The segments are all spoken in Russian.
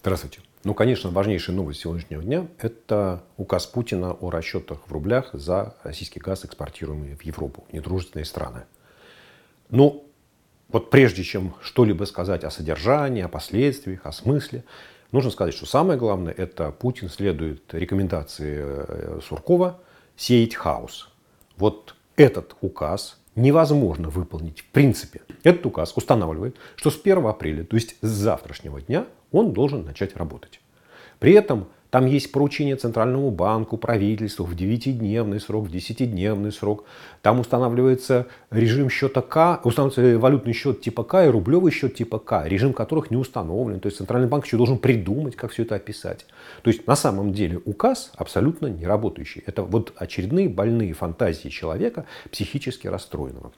Здравствуйте. Ну, конечно, важнейшая новость сегодняшнего дня – это указ Путина о расчетах в рублях за российский газ, экспортируемый в Европу, в недружественные страны. Но вот прежде чем что-либо сказать о содержании, о последствиях, о смысле, нужно сказать, что самое главное – это Путин следует рекомендации Суркова сеять хаос. Вот этот указ невозможно выполнить в принципе. Этот указ устанавливает, что с 1 апреля, то есть с завтрашнего дня, он должен начать работать. При этом там есть поручение Центральному банку, правительству в 9-дневный срок, в 10-дневный срок. Там устанавливается режим счета К, устанавливается валютный счет типа К и рублевый счет типа К, режим которых не установлен. То есть Центральный банк еще должен придумать, как все это описать. То есть на самом деле указ абсолютно не работающий. Это вот очередные больные фантазии человека, психически расстроенного.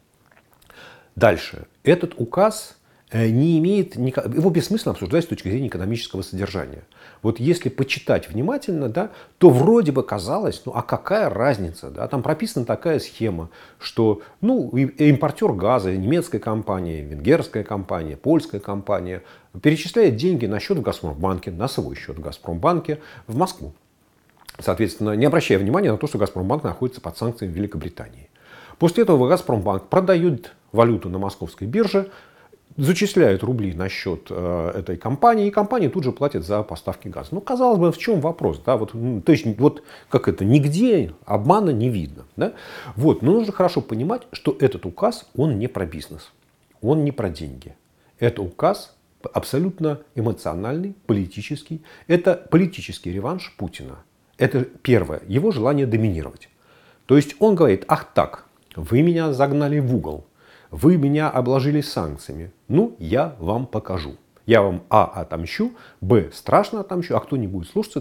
Дальше. Этот указ не имеет, его бессмысленно обсуждать с точки зрения экономического содержания. Вот если почитать внимательно, да, то вроде бы казалось, ну а какая разница? Да? Там прописана такая схема, что импортер газа, немецкая компания, венгерская компания, польская компания перечисляет деньги на счет в Газпромбанке, на свой счет в Газпромбанке в Москву. Соответственно, не обращая внимания на то, что Газпромбанк находится под санкциями Великобритании. После этого Газпромбанк продает валюту на московской бирже, зачисляют рубли на счет этой компании, и компания тут же платит за поставки газа. Ну, казалось бы, в чем вопрос? Да? То есть, как это, нигде обмана не видно. Да? Вот. Но нужно хорошо понимать, что этот указ, он не про бизнес, он не про деньги. Это указ абсолютно эмоциональный, политический. Это политический реванш Путина. Это первое, его желание доминировать. То есть он говорит: ах так, вы меня загнали в угол. Вы меня обложили санкциями. Ну, я вам покажу. Я вам отомщу, страшно отомщу, а кто не будет слушаться...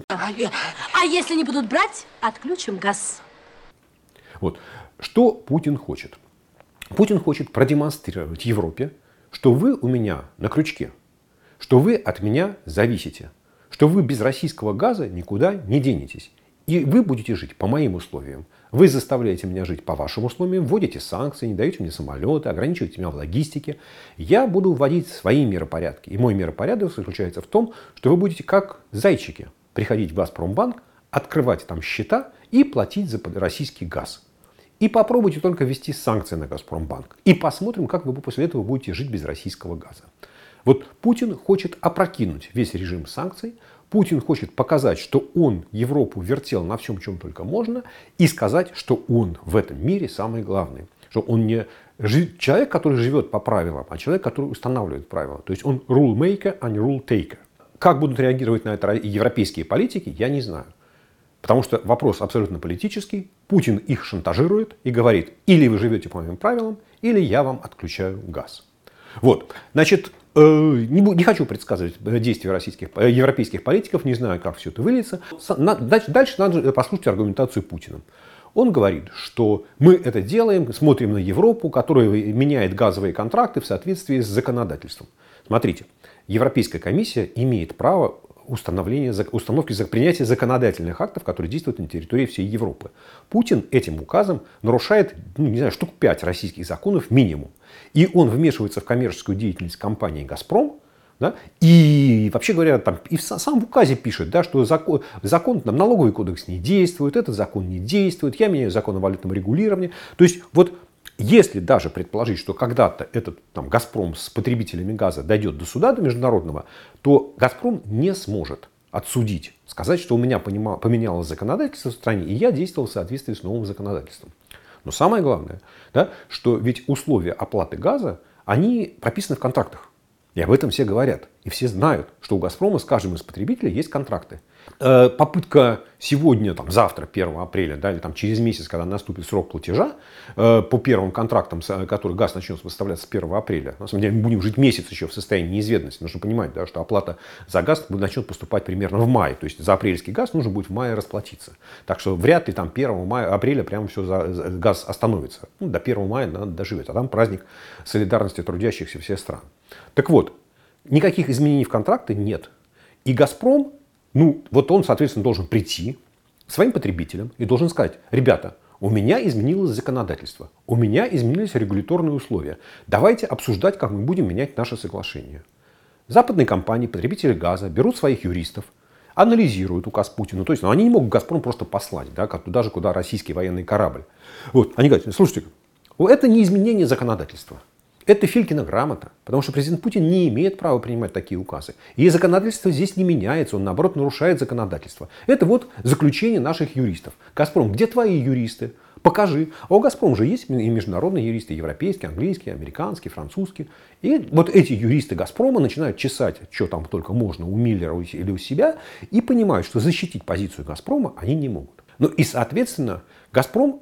А если не будут брать, отключим газ. Вот. Что Путин хочет? Путин хочет продемонстрировать Европе, что вы у меня на крючке, что вы от меня зависите, что вы без российского газа никуда не денетесь. И вы будете жить по моим условиям. Вы заставляете меня жить по вашим условиям, вводите санкции, не даете мне самолеты, ограничиваете меня в логистике. Я буду вводить свои миропорядки. И мой миропорядок заключается в том, что вы будете как зайчики приходить в Газпромбанк, открывать там счета и платить за российский газ. И попробуйте только ввести санкции на Газпромбанк. И посмотрим, как вы после этого будете жить без российского газа. Вот Путин хочет опрокинуть весь режим санкций. Путин хочет показать, что он Европу вертел на всем, чем только можно, и сказать, что он в этом мире самый главный. Что он не человек, который живет по правилам, а человек, который устанавливает правила. То есть он rule maker, а не rule taker. Как будут реагировать на это европейские политики, я не знаю. Потому что вопрос абсолютно политический. Путин их шантажирует и говорит: или вы живете по моим правилам, или я вам отключаю газ. Вот. Значит, не хочу предсказывать действия европейских политиков, не знаю, как все это выльется. Дальше надо послушать аргументацию Путина. Он говорит, что мы это делаем, смотрим на Европу, которая меняет газовые контракты в соответствии с законодательством. Смотрите, Европейская комиссия имеет право принятия законодательных актов, которые действуют на территории всей Европы. Путин этим указом нарушает, штук 5 российских законов минимум. И он вмешивается в коммерческую деятельность компании «Газпром». Да, и вообще говоря, там, и сам в указе пишет, да, что закон там, налоговый кодекс не действует, этот закон не действует, я меняю закон о валютном регулировании. То есть вот если даже предположить, что когда-то этот «Газпром» с потребителями газа дойдет до суда, до международного, то «Газпром» не сможет отсудить, сказать, что у меня поменялось законодательство в стране, и я действовал в соответствии с новым законодательством. Но самое главное, да, что ведь условия оплаты газа, они прописаны в контрактах. И об этом все говорят. И все знают, что у «Газпрома» с каждым из потребителей есть контракты. Попытка сегодня, завтра, 1 апреля, да, или через месяц, когда наступит срок платежа, по первым контрактам, который газ начнет выставляться с 1 апреля, на самом деле мы будем жить месяц еще в состоянии неизвестности. Нужно понимать, да, что оплата за газ начнет поступать примерно в мае. То есть за апрельский газ нужно будет в мае расплатиться. Так что вряд ли 1 апреля прямо все газ остановится. До 1 мая надо доживет. А там праздник солидарности трудящихся всех стран. Так вот, никаких изменений в контракты нет. И «Газпром», он, соответственно, должен прийти к своим потребителям и должен сказать: ребята, у меня изменилось законодательство, у меня изменились регуляторные условия. Давайте обсуждать, как мы будем менять наше соглашение. западные компании, потребители газа берут своих юристов, анализируют указ Путина. То есть они не могут «Газпром» просто послать, да, туда же, куда российский военный корабль. Вот. Они говорят, слушайте, это не изменение законодательства. Это Филькина грамота, потому что президент Путин не имеет права принимать такие указы. И законодательство здесь не меняется, он наоборот нарушает законодательство. Это вот заключение наших юристов. «Газпром, где твои юристы? Покажи». А у «Газпрома» же есть и международные юристы, европейские, английские, американские, французские. И вот эти юристы «Газпрома» начинают чесать, что там только можно у Миллера или у себя, и понимают, что защитить позицию «Газпрома» они не могут. Ну и, соответственно, «Газпром»,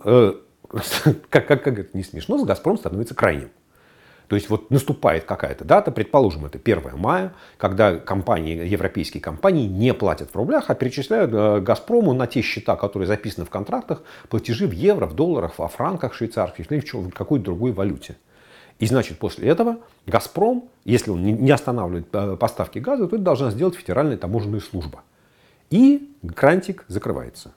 как это не смешно, с «Газпром» становится крайним. То есть вот наступает какая-то дата, предположим, это 1 мая, когда европейские компании не платят в рублях, а перечисляют «Газпрому» на те счета, которые записаны в контрактах, платежи в евро, в долларах, во франках швейцарских или в какой-то другой валюте. И значит, после этого «Газпром», если он не останавливает поставки газа, то это должна сделать Федеральная таможенная служба. И крантик закрывается.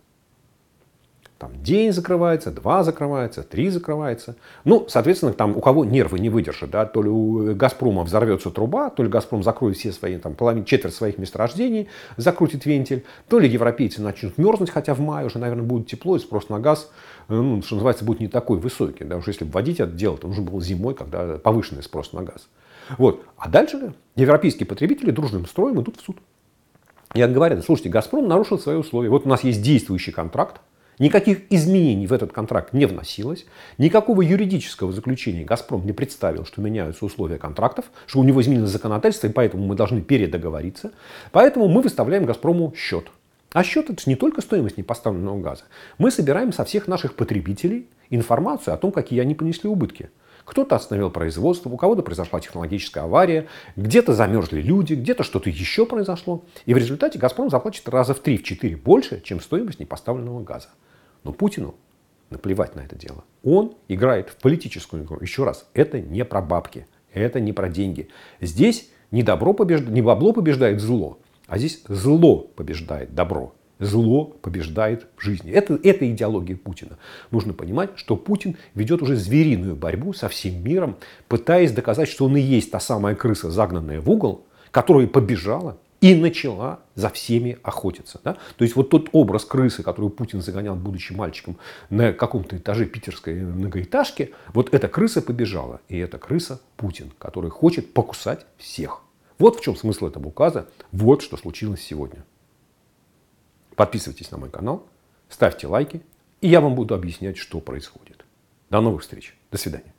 Там день закрывается, 2 закрывается, 3 закрывается. Ну, соответственно, там у кого нервы не выдержат, да, то ли у «Газпрома» взорвется труба, то ли «Газпром» закроет все свои, там, четверть своих месторождений, закрутит вентиль, то ли европейцы начнут мерзнуть, хотя в мае уже, наверное, будет тепло, и спрос на газ, ну, что называется, будет не такой высокий. Да, уж если бы вводить это дело, то нужно было зимой, когда повышенный спрос на газ. Вот. А дальше европейские потребители дружным строем идут в суд. И говорят, слушайте, «Газпром» нарушил свои условия. Вот у нас есть действующий контракт. Никаких изменений в этот контракт не вносилось. Никакого юридического заключения «Газпром» не представил, что меняются условия контрактов, что у него изменилось законодательство, и поэтому мы должны передоговориться. Поэтому мы выставляем «Газпрому» счет. А счет — это не только стоимость непоставленного газа. Мы собираем со всех наших потребителей информацию о том, какие они понесли убытки. Кто-то остановил производство, у кого-то произошла технологическая авария, где-то замерзли люди, где-то что-то еще произошло. И в результате «Газпром» заплатит раза в 3-4 больше, чем стоимость непоставленного газа. Но Путину наплевать на это дело. Он играет в политическую игру. Еще раз, это не про бабки, это не про деньги. Здесь не бабло побеждает зло, а здесь зло побеждает добро. Зло побеждает в жизни. Это идеология Путина. Нужно понимать, что Путин ведет уже звериную борьбу со всем миром, пытаясь доказать, что он и есть та самая крыса, загнанная в угол, которая побежала и начала за всеми охотиться. Да? То есть вот тот образ крысы, который Путин загонял, будучи мальчиком, на каком-то этаже питерской многоэтажки, вот эта крыса побежала. И эта крыса Путин, который хочет покусать всех. Вот в чем смысл этого указа. Вот что случилось сегодня. Подписывайтесь на мой канал, ставьте лайки, и я вам буду объяснять, что происходит. До новых встреч. До свидания.